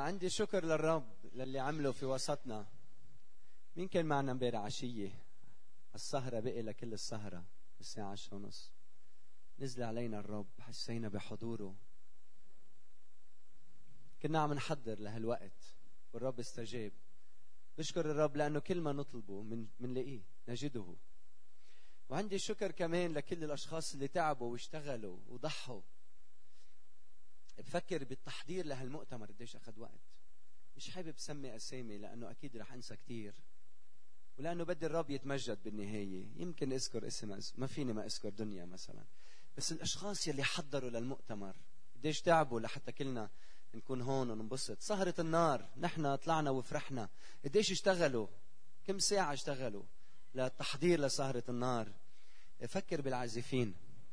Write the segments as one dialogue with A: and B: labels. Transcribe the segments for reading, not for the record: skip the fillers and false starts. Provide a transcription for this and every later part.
A: عندي شكر للرب للي عمله في وسطنا. مين كان معنا امبارح عشية؟ السهرة بقي لكل السهرة الساعة 10:30. نزل علينا الرب، حسينا بحضوره. كنا عم نحضر لهالوقت والرب استجاب. بشكر الرب لأنه كل ما نطلبه منلاقيه نجده. وعندي شكر كمان لكل الأشخاص اللي تعبوا واشتغلوا وضحوا. بفكر بالتحضير لهالمؤتمر قديش أخذ وقت. مش حابب سمي أسامي لأنه أكيد رح أنسى كتير، ولأنه بدي الرب يتمجد بالنهاية. يمكن أذكر اسم، ما فيني ما أذكر دنيا مثلا، بس الأشخاص يلي حضروا للمؤتمر قديش تعبوا لحتى كلنا نكون هون وننبسط. سهرة النار نحن طلعنا وفرحنا. قديش اشتغلوا، كم ساعة اشتغلوا للتحضير لسهرة النار. فكر بالعازفين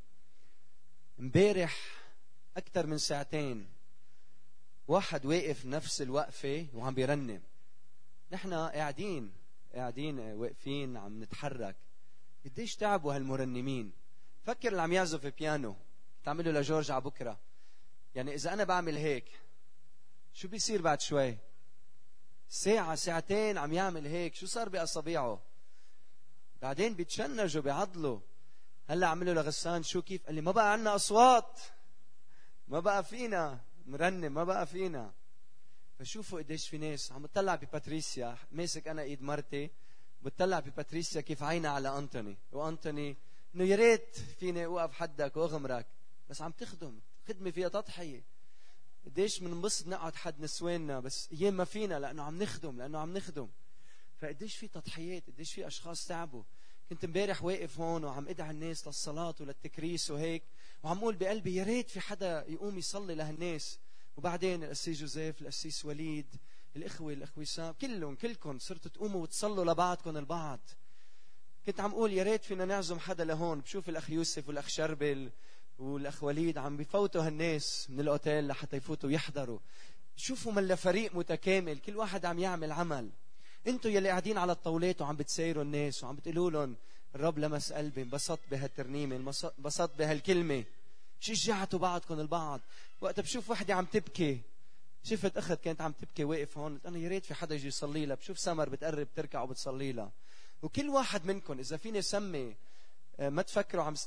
A: امبارح أكثر من ساعتين، واحد واقف نفس الوقفة وعم بيرنم. نحن قاعدين واقفين عم نتحرك. قديش تعبوا هالمرنمين. فكر اللي عم يعزف بيانو تعمله لجورج على بكرة. يعني إذا أنا بعمل هيك شو بيصير بعد شوي؟ ساعة ساعتين عم يعمل هيك، شو صار بأصابيعه؟ بعدين بيتشنجوا بيعضلوا. هلا عملوا لغسان شو كيف؟ قال لي ما بقى عنا أصوات، ما بقى فينا نرنم، ما بقى فينا. فشوفوا قديش في ناس عم بتطلع بباتريسيا. ماسك أنا إيد مرتي بتطلع بباتريسيا كيف عينا على أنتوني، وأنتوني إنه يا ريت فيني أوقف حدك وأغمرك، بس عم تخدم خدمة فيها تضحية. قديش منبسط نقعد حد نسواننا، بس أيام ما فينا لأنه عم نخدم. فقديش في تضحيات، قديش في أشخاص تعبوا. كنت امبارح واقف هون وعم ادعي الناس للصلاة وللتكريس وهيك، وعم اقول بقلبي يا ريت في حدا يقوم يصلي لهالناس. وبعدين القسيس جوزيف، القسيس وليد، الأخوة سام، كلكم صرتوا تقوموا وتصلوا لبعضكم البعض. كنت عم اقول يا ريت فينا نعزم حدا لهون. بشوف الأخ يوسف والأخ شربل والأخ وليد عم بيفوتوا هالناس من الأوتيل لحتى يفوتوا يحضروا. شوفوا ملا فريق متكامل، كل واحد عم يعمل عمل. انتوا يلي قاعدين على الطاولات وعم بتسيروا الناس وعم بتقولوا لهم الرب لمس قلبي، انبسطت بهالترنيمه، انبسطت بهالكلمه، شجعتوا بعضكم البعض. وقت بشوف وحده عم تبكي، شفت اخت كانت عم تبكي واقف هون، انا يا ريت في حدا يجي يصلي لها. بشوف سمر بتقرب تركع وبتصلي لها. وكل واحد منكم اذا فيني سمي ما تفكروا عم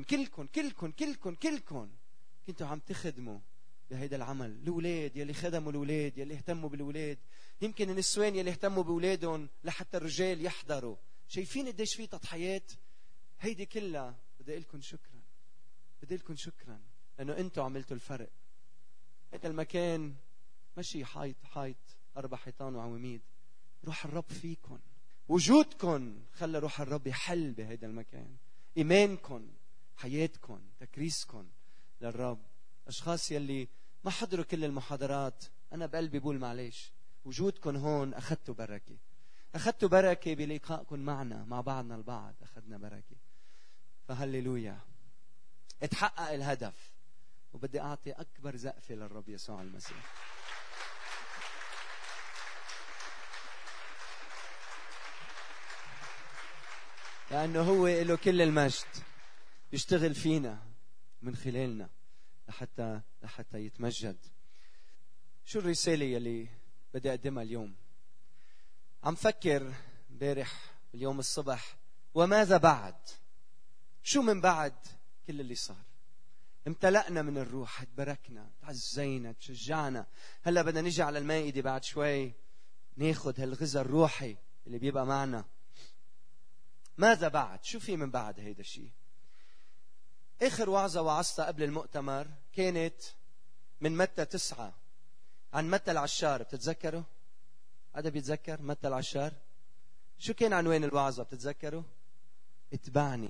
A: كلكم كنتوا عم تخدموا بهيدا العمل. الأولاد يلي خدموا الأولاد، يلي اهتموا بالأولاد، يمكن النسوان يلي اهتموا بأولادهم لحتى الرجال يحضروا. شايفين قديش في تضحيات؟ هيدي كلها بدي لكم شكرا لأنه أنتوا عملتوا الفرق. هذا المكان ماشي حيط 4 حيطان وعواميد. روح الرب فيكم، وجودكم خلى روح الرب يحل بهذا المكان. إيمانكم، حياتكم، تكريسكم للرب. أشخاص يلي ما حضروا كل المحاضرات، أنا بقلبي بقول معلش، وجودكم هون أخذتوا بركة بلقائكم معنا، مع بعضنا البعض أخذنا بركة. فهللويا، اتحقق الهدف. وبدي أعطي أكبر زقفة للرب يسوع المسيح. لأنه هو له كل المجد، بيشتغل فينا من خلالنا لحتى يتمجد. شو الرسالة يلي بدي أقدمها اليوم؟ عم فكر امبارح اليوم الصبح، وماذا بعد؟ شو من بعد كل اللي صار؟ امتلأنا من الروح، تباركنا، تعزينا، تشجعنا. هلا بدنا نيجي على المائدة بعد شوي ناخد هالغذاء الروحي اللي بيبقى معنا. ماذا بعد؟ شو في من بعد هيدا الشيء؟ آخر وعظة وعظتها قبل المؤتمر كانت من متى 9 عن متى العشار. بتتذكروا؟ هذا بيتذكر متى العشار؟ شو كان عنوان الوعظة بتتذكروا؟ اتبعني.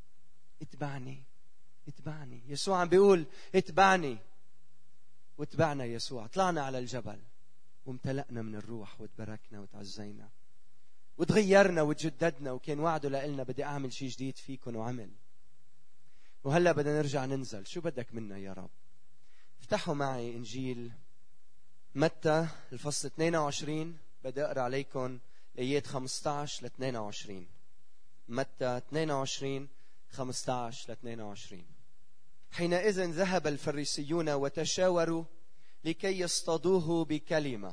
A: يسوع عم بيقول اتبعني، واتبعنا يسوع. طلعنا على الجبل وامتلأنا من الروح وتباركنا وتعزينا وتغيرنا وتجددنا. وكان وعده لنا بدي أعمل شيء جديد فيكم، وعمل. وهلأ بدنا نرجع ننزل. شو بدك منا يا رب؟ افتحوا معي إنجيل متى الفصل 22. بدي أقرأ عليكم آيات 15 ل 22. متى 22 15 ل 22. حينئذ ذهب الفريسيون وتشاوروا لكي يصطادوه بكلمة.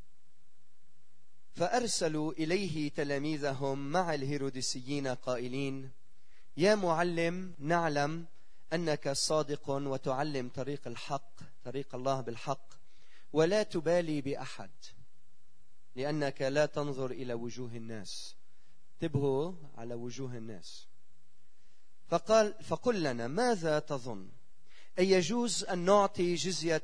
A: فأرسلوا إليه تلاميذهم مع الهيروديسيين قائلين: يا معلم، نعلم أنك صادق وتعلم طريق الحق، طريق الله بالحق، ولا تبالي بأحد، لأنك لا تنظر إلى وجوه الناس. انتبهوا على وجوه الناس. فقل لنا ماذا تظن؟ أي يجوز أن نعطي جزية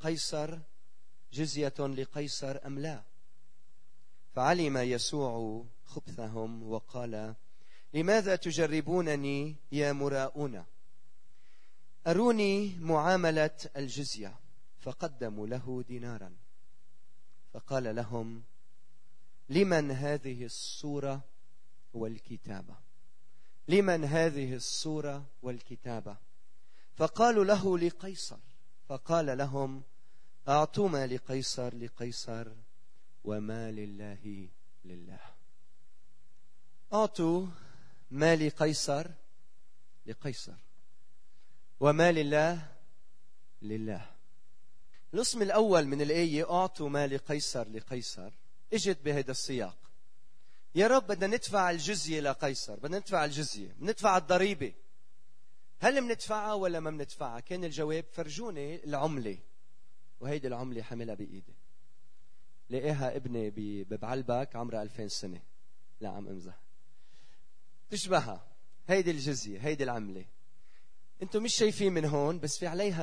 A: لقيصر أم لا؟ فعلم يسوع خبثهم وقال: لماذا تجربونني يا مراؤون؟ أروني معاملة الجزية. فقدموا له دينارا. فقال لهم: لمن هذه الصورة والكتابة؟ لمن هذه الصورة والكتابة؟ فقالوا له: لقيصر. فقال لهم: أعطوا ما لقيصر لقيصر، وما لله لله. أعطوا ما لقيصر لقيصر، وما لله لله. القسم الأول من الآية أعطوا ما لقيصر لقيصر اجت بهذا السياق: يا رب بدنا ندفع الجزية لقيصر، بدنا ندفع الجزية، بندفع الضريبة. هل بندفعها ولا ما بندفعها؟ كان الجواب: فرجوني العملة. وهيدي العملة حملها بإيدي، لقيها ابني ببعلبك عمرها 2000 سنة. لا عم امزح. تشبهها هيدي الجزية، هيدي العملة. انتم مش شايفين من هون، بس في عليها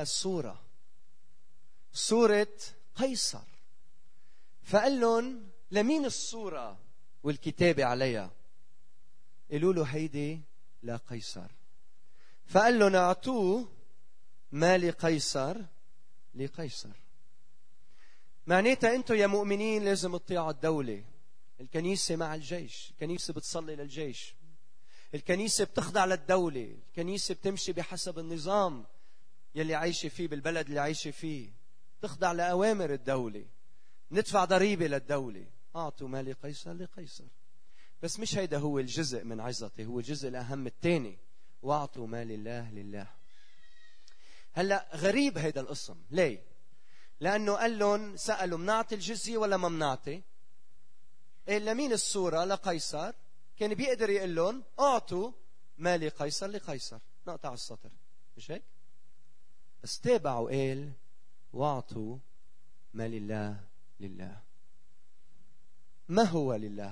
A: صورة قيصر. فقال لهم: لمين الصورة والكتابة عليها؟ قالوا له: هيدي لقيصر. فقال لهم: اعطوه ما لقيصر لقيصر. معناتها انتم يا مؤمنين لازم تطيعوا الدولة. الكنيسة مع الجيش، الكنيسة بتصلي للجيش، الكنيسة بتخضع للدولة، الكنيسة بتمشي بحسب النظام يلي عايشة فيه بالبلد اللي عايشة فيه، تخضع لأوامر الدولة، ندفع ضريبة للدولة. أعطوا ما لقيصر لقيصر. بس مش هيدا هو الجزء من عظتي، هو الجزء الأهم الثاني: وأعطوا ما لله لله. هلأ غريب هيدا القسم. ليه؟ لأنه قال لهم، سألوا: منعطي الجزية ولا ما منعطي؟ إيه لمين الصورة؟ لقيصر. كان بيقدر يقول لهم: أعطوا ما لقيصر لقيصر، نقطع على السطر، مش هيك؟ بس تابعوا قال: واعطوا ما لله لله. ما هو لله؟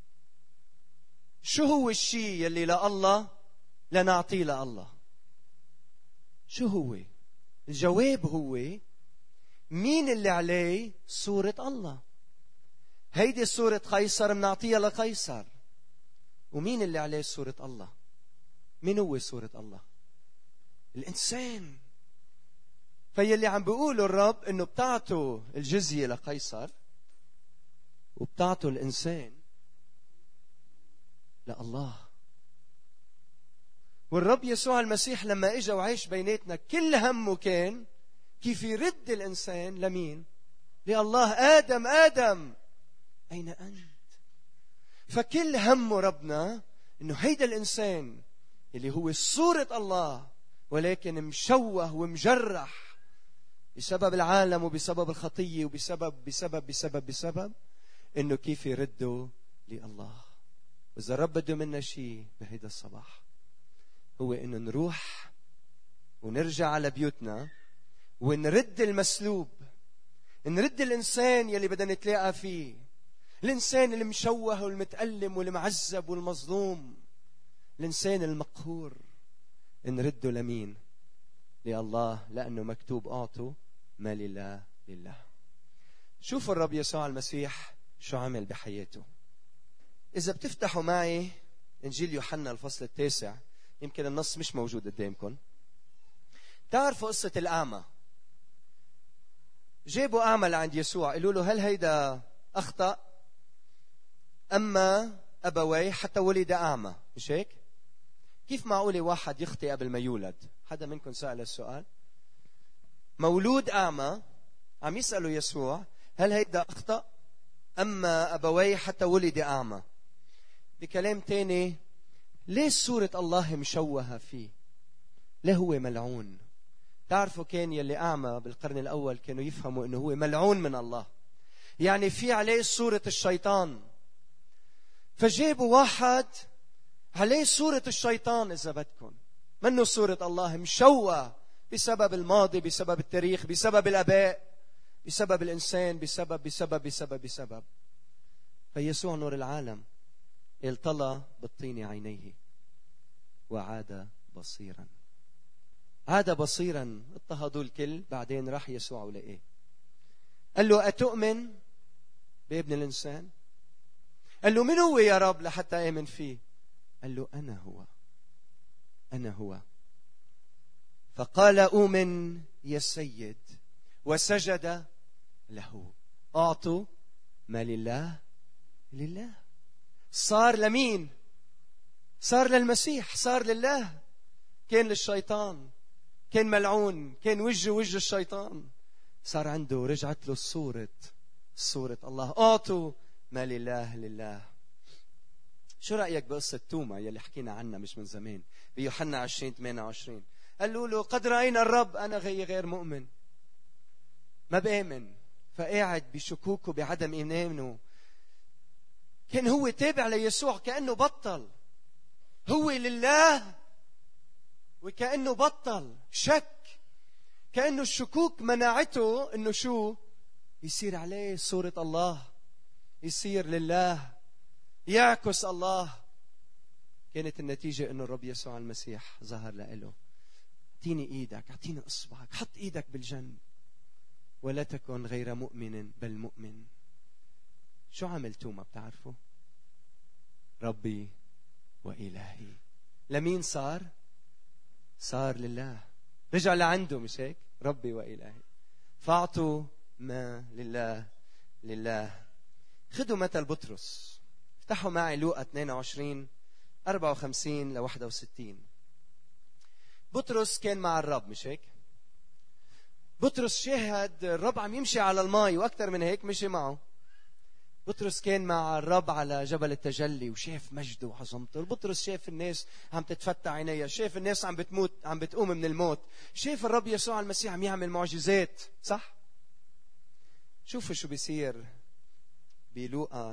A: شو هو الشيء يلي لله لنعطيه لله؟ شو هو؟ الجواب هو: مين اللي عليه صورة الله؟ هيدي صورة قيصر منعطيها لقيصر. ومين اللي عليه صورة الله؟ مين هو صورة الله؟ الإنسان. فيلي عم بيقوله الرب إنه بتعطوا الجزية لقيصر وبتعطوا الإنسان لله. والرب يسوع المسيح لما إجا وعيش بيناتنا كل همه كان كيف يرد الإنسان لمين؟ لله. آدم آدم أين أنت؟ فكل همه ربنا إنه هيدا الإنسان اللي هو صورة الله ولكن مشوه ومجرح بسبب العالم وبسبب الخطية وبسبب إنه كيف يرده لله. وإذا الرب بده منا شيء بهيدا الصباح هو إنه نروح ونرجع على بيوتنا ونرد المسلوب، نرد الإنسان يلي بدنا نتلاقى فيه، الإنسان المشوه والمتألم والمعذب والمظلوم، الإنسان المقهور، نرده لمين؟ لله، لأنه مكتوب: أعطوا ما لله لله. شوفوا الرب يسوع المسيح شو عمل بحياته. إذا بتفتحوا معي إنجيل يوحنا الفصل 9، يمكن النص مش موجود قدامكم. تعرفوا قصة الأعمى؟ جابوا أعمى لعند يسوع، قالوا له: هل هيدا أخطأ أما أبويه حتى ولد أعمى؟ مش هيك؟ كيف معقول واحد يخطئ قبل ما يولد؟ حدا منكم سأل السؤال؟ مولود أعمى عم يسألوا يسوع: هل هيدا أخطأ أما أبويه حتى ولد أعمى؟ بكلام تاني، ليه صورة الله مشوهة فيه؟ ليه هو ملعون؟ تعرفوا كان يلي أعمى بالقرن الأول كانوا يفهموا أنه هو ملعون من الله، يعني في عليه صورة الشيطان، فجابوا واحد عليه صورة الشيطان إذا بدكم، منه صورة الله، مشوه بسبب الماضي، بسبب التاريخ، بسبب الآباء، بسبب الإنسان، بسبب. فيسوع نور العالم التلى بالطين عينيه وعاد بصيرا. عاد بصيرا. اضطهدوا الكل. بعدين راح يسوع ولقيه، قال له أتؤمن بابن الإنسان؟ قال له من هو يا رب لحتى آمن فيه؟ قال له أنا هو. فقال أؤمن يا سيد، وسجد له. أعطوا ما لله. صار لمين؟ صار للمسيح، صار لله. كان للشيطان، كان ملعون، كان وجه الشيطان، صار عنده، رجعت له صورة الله. أعطوا ما لله. شو رأيك بقصة توما يلي حكينا عنها مش من زمان بيوحنا 20:28؟ قالوا له قد رأينا الرب. أنا غير مؤمن، ما بآمن. فقاعد بشكوكه بعدم إيمانه. كان هو تابع ليسوع، كأنه بطل هو لله، وكأنه بطل شك، كأنه الشكوك منعته إنه شو يصير عليه صورة الله، يصير لله، يعكس الله. كانت النتيجة إنه الرب يسوع المسيح ظهر له. اعطيني إيدك، اعطيني إصبعك، حط إيدك بالجنب، ولا تكن غير مؤمن بل مؤمن. شو عمل توما بتعرفوا؟ ربي وإلهي. لمين صار لله، رجع لعنده، مش هيك؟ ربي وإلهي. فاعطوا ما لله. خذوا مثل بطرس. افتحوا معي لوقا 22:54-61. بطرس كان مع الرب، مش هيك؟ بطرس شاهد الرب عم يمشي على الماء، وأكثر من هيك مشي معه. بطرس كان مع الرب على جبل التجلي وشاف مجده وعظمته. بطرس شاف الناس عم تتفتح عينيها، شاف الناس عم بتموت، عم بتقوم من الموت، شاف الرب يسوع المسيح عم يعمل معجزات، صح؟ شوفوا شو بيصير بلوقا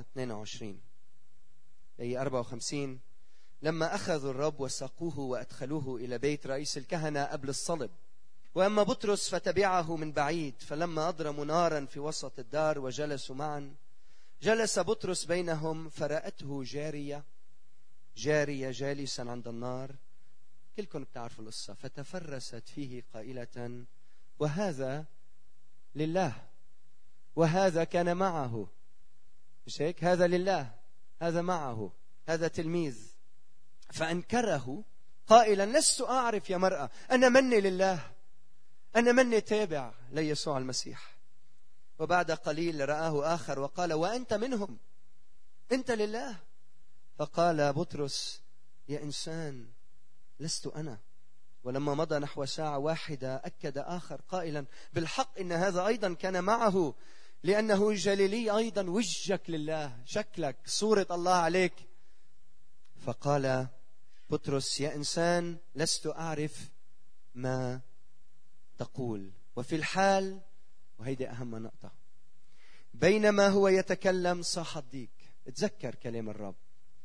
A: 22:54. لما أخذوا الرب وساقوه وأدخلوه إلى بيت رئيس الكهنة قبل الصلب. وأما بطرس فتبعه من بعيد، فلما أضرموا نارا في وسط الدار وجلسوا معا، جلس بطرس بينهم، فرأته جارية جالسا عند النار. كلكم بتعرفوا القصة. فتفرست فيه قائلة وهذا لله، وهذا كان معه. مش هيك؟ هذا لله، هذا معه، هذا تلميذ. فأنكره قائلا لست أعرف يا مرأة، أنا مني لله، أنا مني تابع ليسوع المسيح. وبعد قليل رآه آخر وقال وأنت منهم، أنت لله. فقال بطرس يا إنسان لست أنا. ولما مضى نحو ساعة واحدة أكد آخر قائلا بالحق إن هذا أيضا كان معه، لأنه جليلي أيضا، وجهك لله، شكلك، صورة الله عليك. فقال بطرس يا إنسان لست أعرف ما تقول. وفي الحال، وهيدي أهم نقطة، بينما هو يتكلم صاح الضيق. اتذكر كلام الرب.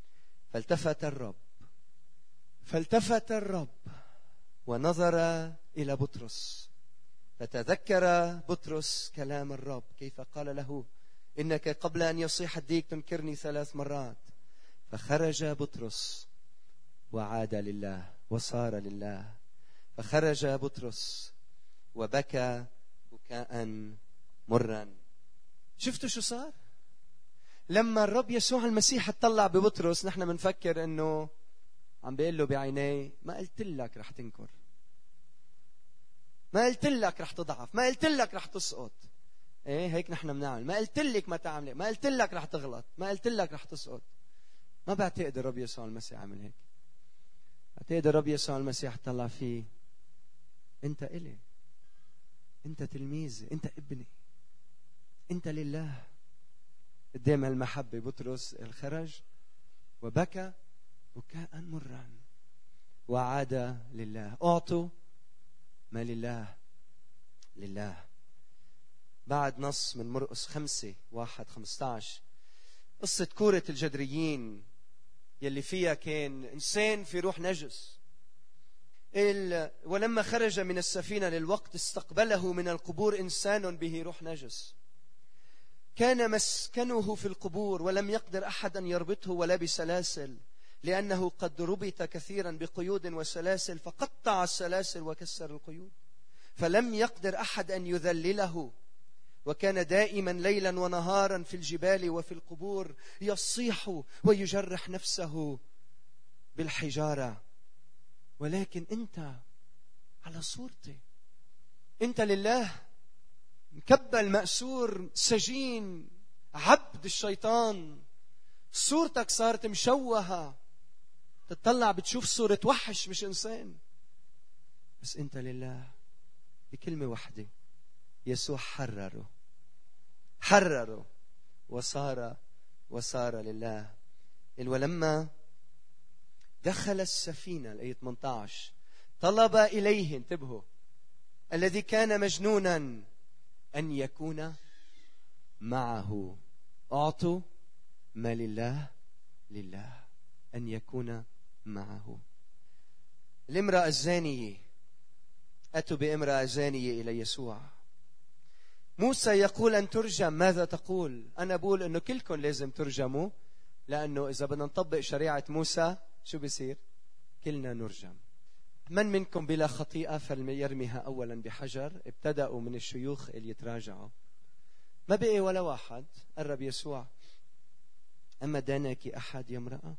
A: فالتفت الرب ونظر إلى بطرس، فتذكر بطرس كلام الرب كيف قال له إنك قبل أن يصيح الديك تنكرني 3 مرات. فخرج بطرس وعاد لله وصار لله. فخرج بطرس وبكى بكاء مرا. شفتوا شو صار؟ لما الرب يسوع المسيح اطلع ببطرس، نحن منفكر انه عم بيقول له بعينيه ما قلت لك رح تنكر، ما قلت لك رح تضعف، ما قلت لك رح تسقط. ايه هيك نحن بنعمل، ما قلت لك ما تعمل، ما قلت لك رح تغلط، ما قلت لك رح تسقط. ما بعتقد الرب يسوع المسيح عمل هيك. بعتقد الرب يسوع المسيح طلع فيه انت إلي، انت تلميذي، انت ابني، انت لله. قدام المحبة بطرس الخرج وبكى بكاء مرا وعاد لله. أعطوا ما لله لله. بعد نص من مرقس 5:1-15 قصة كورة الجدريين يلي فيها كان إنسان في روح نجس. ولما خرج من السفينة للوقت استقبله من القبور إنسان به روح نجس، كان مسكنه في القبور، ولم يقدر أحد أن يربطه ولا بسلاسل، لأنه قد ربط كثيرا بقيود وسلاسل، فقطع السلاسل وكسر القيود، فلم يقدر أحد أن يذلله. وكان دائما ليلا ونهارا في الجبال وفي القبور يصيح ويجرح نفسه بالحجارة. ولكن أنت على صورتي، أنت لله، مكبل مأسور سجين عبد الشيطان، صورتك صارت مشوهة، تطلع بتشوف صورة وحش مش إنسان. بس أنت لله. بكلمة واحدة يسوع حرره وصار لله. ولما دخل السفينة، الآية 18، طلب إليه، انتبهوا، الذي كان مجنونا أن يكون معه. أعطوا ما لله لله، أن يكون معه. الامرأة الزانية، أتوا بامرأة زانية إلى يسوع. موسى يقول أن ترجم، ماذا تقول؟ أنا بقول أنه كلكم لازم ترجموا، لأنه إذا بدنا نطبق شريعة موسى شو بيصير؟ كلنا نرجم. من منكم بلا خطيئة فليرميها أولا بحجر. ابتدأوا من الشيوخ اللي يتراجعوا، ما بقي ولا واحد. قرب يسوع، أما دانك أحد يا امرأة؟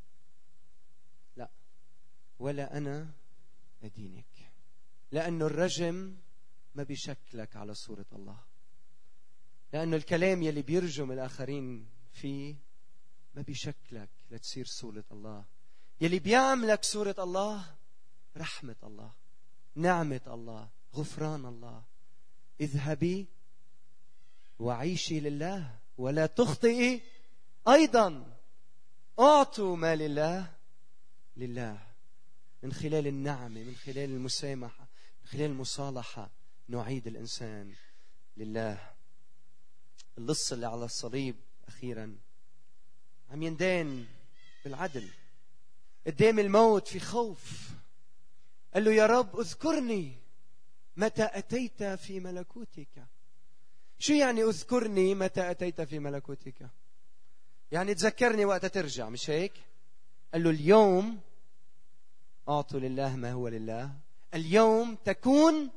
A: لا، ولا أنا أدينك. لأنه الرجم ما بيشكلك على صورة الله، لأنه الكلام يلي بيرجم الآخرين فيه ما بيشكلك لتصير صورة الله. يلي بيعملك صورة الله رحمة الله، نعمة الله، غفران الله. اذهبي وعيشي لله ولا تخطئي أيضا. أعطوا ما لله لله. من خلال النعمة، من خلال المسامحة، من خلال المصالحة نعيد الإنسان لله. اللص اللي على الصليب أخيرا عم يندان بالعدل قدام الموت في خوف. قال له يا رب اذكرني متى أتيت في ملكوتك. شو يعني اذكرني متى أتيت في ملكوتك؟ يعني تذكرني وقت ترجع، مش هيك؟ قال له اليوم أعطوا لله ما هو لله، اليوم تكون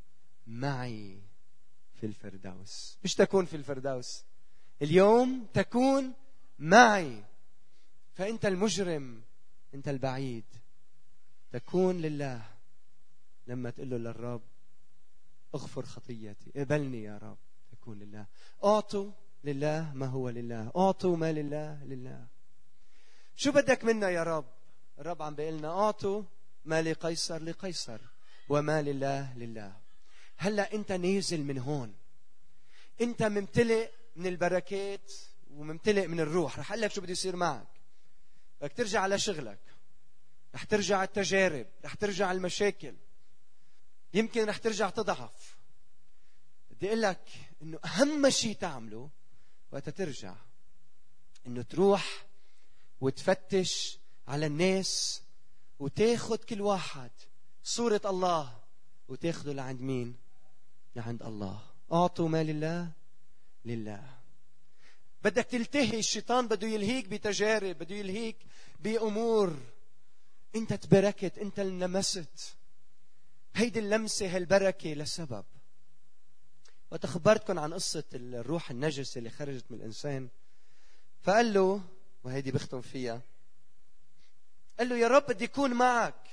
A: معي في الفردوس. مش تكون في الفردوس، اليوم تكون معي. فأنت المجرم، أنت البعيد، تكون لله لما تقول له للرب اغفر خطيتي، اقبلني يا رب. تكون لله. أعطوا لله ما هو لله، أعطوا ما لله لله. شو بدك منا يا رب؟ الرب عم بيقلنا أعطوا ما لقيصر لقيصر وما لله لله. هلأ أنت نازل من هون، أنت ممتلئ من البركات وممتلئ من الروح. رح أقول لك شو بده يصير معك. بدك ترجع على شغلك، رح ترجع التجارب، رح ترجع المشاكل، يمكن رح ترجع تضعف. بدي أقول لك إنه أهم شيء تعمله وقت ترجع إنه تروح وتفتش على الناس وتاخد كل واحد صورة الله وتاخده لعند مين؟ لعند الله. أعطوا ما لله لله. بدك تلتهي. الشيطان بده يلهيك بتجارب، بده يلهيك بأمور. أنت تبركت، أنت اللي لمست. هيدي اللمسة هالبركة لسبب. وتخبرتكم عن قصة الروح النجس اللي خرجت من الإنسان. فقال له، وهيدي بختم فيها، قال له يا رب بدي يكون معك.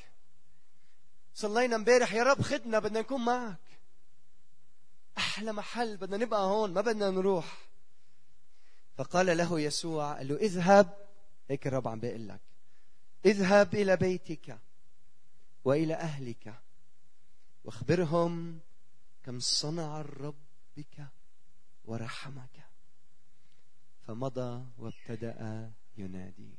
A: صلينا امبارح يا رب خدنا، بدنا نكون معك. أحلى محل، بدنا نبقى هون، ما بدنا نروح. فقال له يسوع، قال له اذهب، هيك الرب عم بيقول لك، اذهب إلى بيتك وإلى أهلك واخبرهم كم صنع الرب بك ورحمك. فمضى وابتدأ ينادي.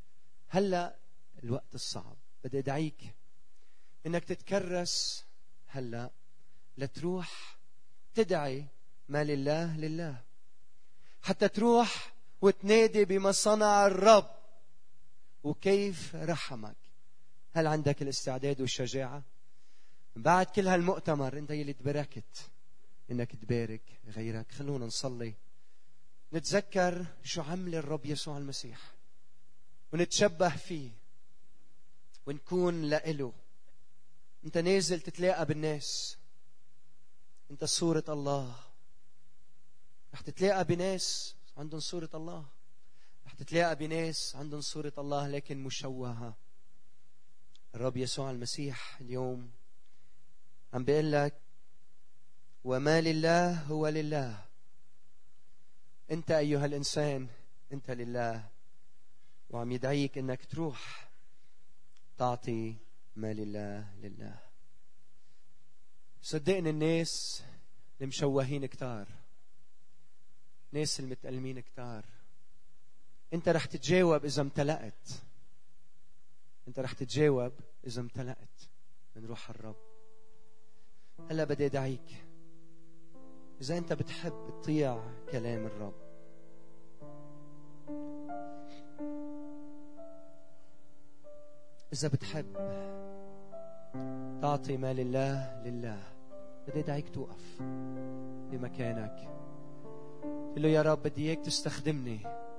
A: هلأ الوقت الصعب، بدي أدعيك إنك تتكرس هلأ لتروح تدعي ما لله لله، حتى تروح وتنادي بما صنع الرب وكيف رحمك. هل عندك الاستعداد والشجاعة؟ بعد كل هالمؤتمر انت يلي تباركت انك تبارك غيرك. خلونا نصلي نتذكر شو عمل الرب يسوع المسيح ونتشبه فيه ونكون لإله. انت نازل تتلاقى بالناس، انت صورة الله، رح تتلاقى بناس عندهم صورة الله، رح تتلاقى بناس عندهم صورة الله لكن مشوهة. الرب يسوع المسيح اليوم عم بيقول لك وما لله هو لله. انت ايها الانسان انت لله، وعم يدعيك انك تروح تعطي ما لله لله. صدقني الناس المشوهين كتار، ناس المتألمين كتار. انت رح تتجاوب اذا امتلأت، انت رح تتجاوب اذا امتلأت من روح الرب. هلا بدي ادعيك اذا انت بتحب تطيع كلام الرب، اذا بتحب تعطي ما لله لله، بدي ادعيك توقف بمكانك. قل له يا رب بدي اياك تستخدمني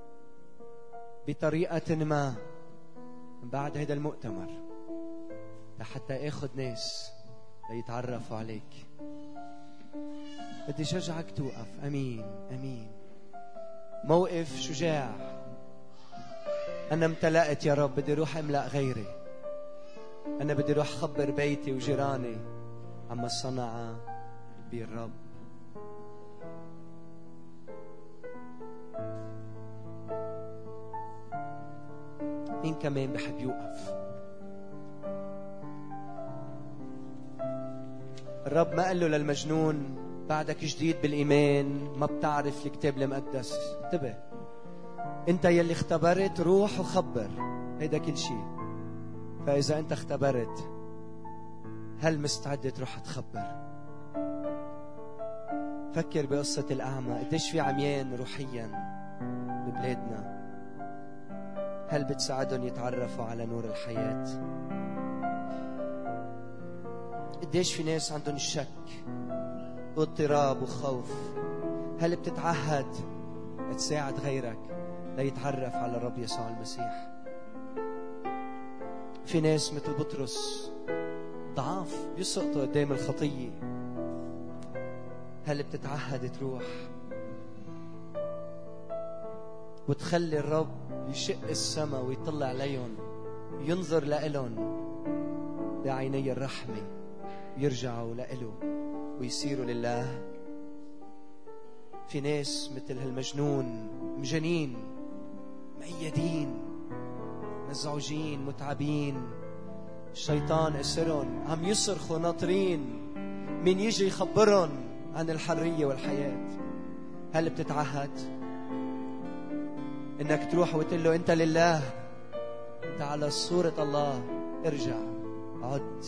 A: بطريقة ما بعد هذا المؤتمر لحتى اخذ ناس ليتعرفوا عليك. بدي شجعك توقف. امين امين. موقف شجاع. انا امتلأت يا رب، بدي اروح املأ غيري. انا بدي اروح خبر بيتي وجيراني عما صنع بي الرب. مين كمان بحب يوقف؟ الرب ما قال له للمجنون بعدك جديد بالإيمان ما بتعرف الكتاب المقدس. انتبه، انت يلي اختبرت روح وخبر، هيدا كل شيء. فإذا انت اختبرت، هل مستعد تروح تخبر؟ فكر بقصة الأعمى، قديش في عميان روحيا ببلادنا، هل بتساعدهم يتعرفوا على نور الحياة؟ قديش في ناس عندهم شك واضطراب وخوف، هل بتتعهد تساعد غيرك ليتعرف على الرب يسوع المسيح؟ في ناس مثل بطرس ضعاف بيسقطوا قدام الخطية، هل بتتعهد تروح وتخلي الرب يشق السماء ويطلع عليهم، ينظر لإلهم بعيني الرحمة، يرجعوا لإله ويصيروا لله؟ في ناس مثل هالمجنون مجانين مؤيدين مزعوجين متعبين، الشيطان أسرهم، عم يصرخوا ناطرين من يجي يخبرهم عن الحرية والحياة. هل بتتعهد انك تروح وتقول له انت لله، انت على صورة الله، ارجع عد؟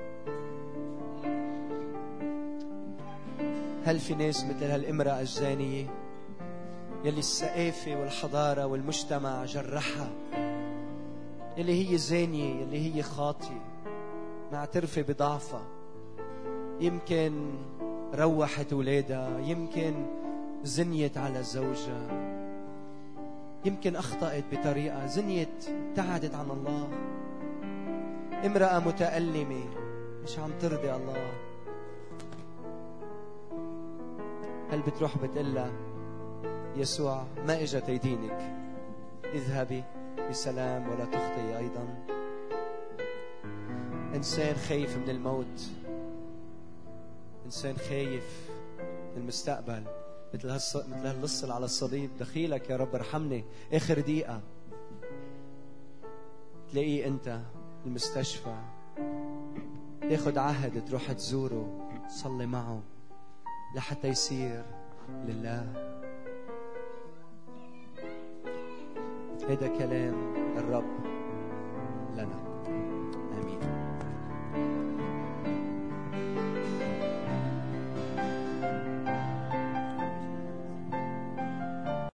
A: هل في ناس مثل هالامرأة الزانية يلي الثقافة والحضارة والمجتمع جرحها، يلي هي زانية، يلي هي خاطية، معترفة بضعفها، يمكن روحت أولادها، يمكن زنيت على زوجها، يمكن أخطأت بطريقة، زنيت، ابتعدت عن الله، امرأة متألمة مش عم ترضي الله. هل بتروح بتقلها يسوع ما إجا تيدينك، اذهبي بسلام ولا تخطئي أيضا؟ إنسان خايف من الموت، إنسان خايف من المستقبل، مثل هاللص على الصليب، دخيلك يا رب ارحمني، آخر دقيقة تلاقيه أنت المستشفى، تاخد عهد تروح تزوره، تصلي معه لحتى يصير لله. هذا كلام الرب لنا.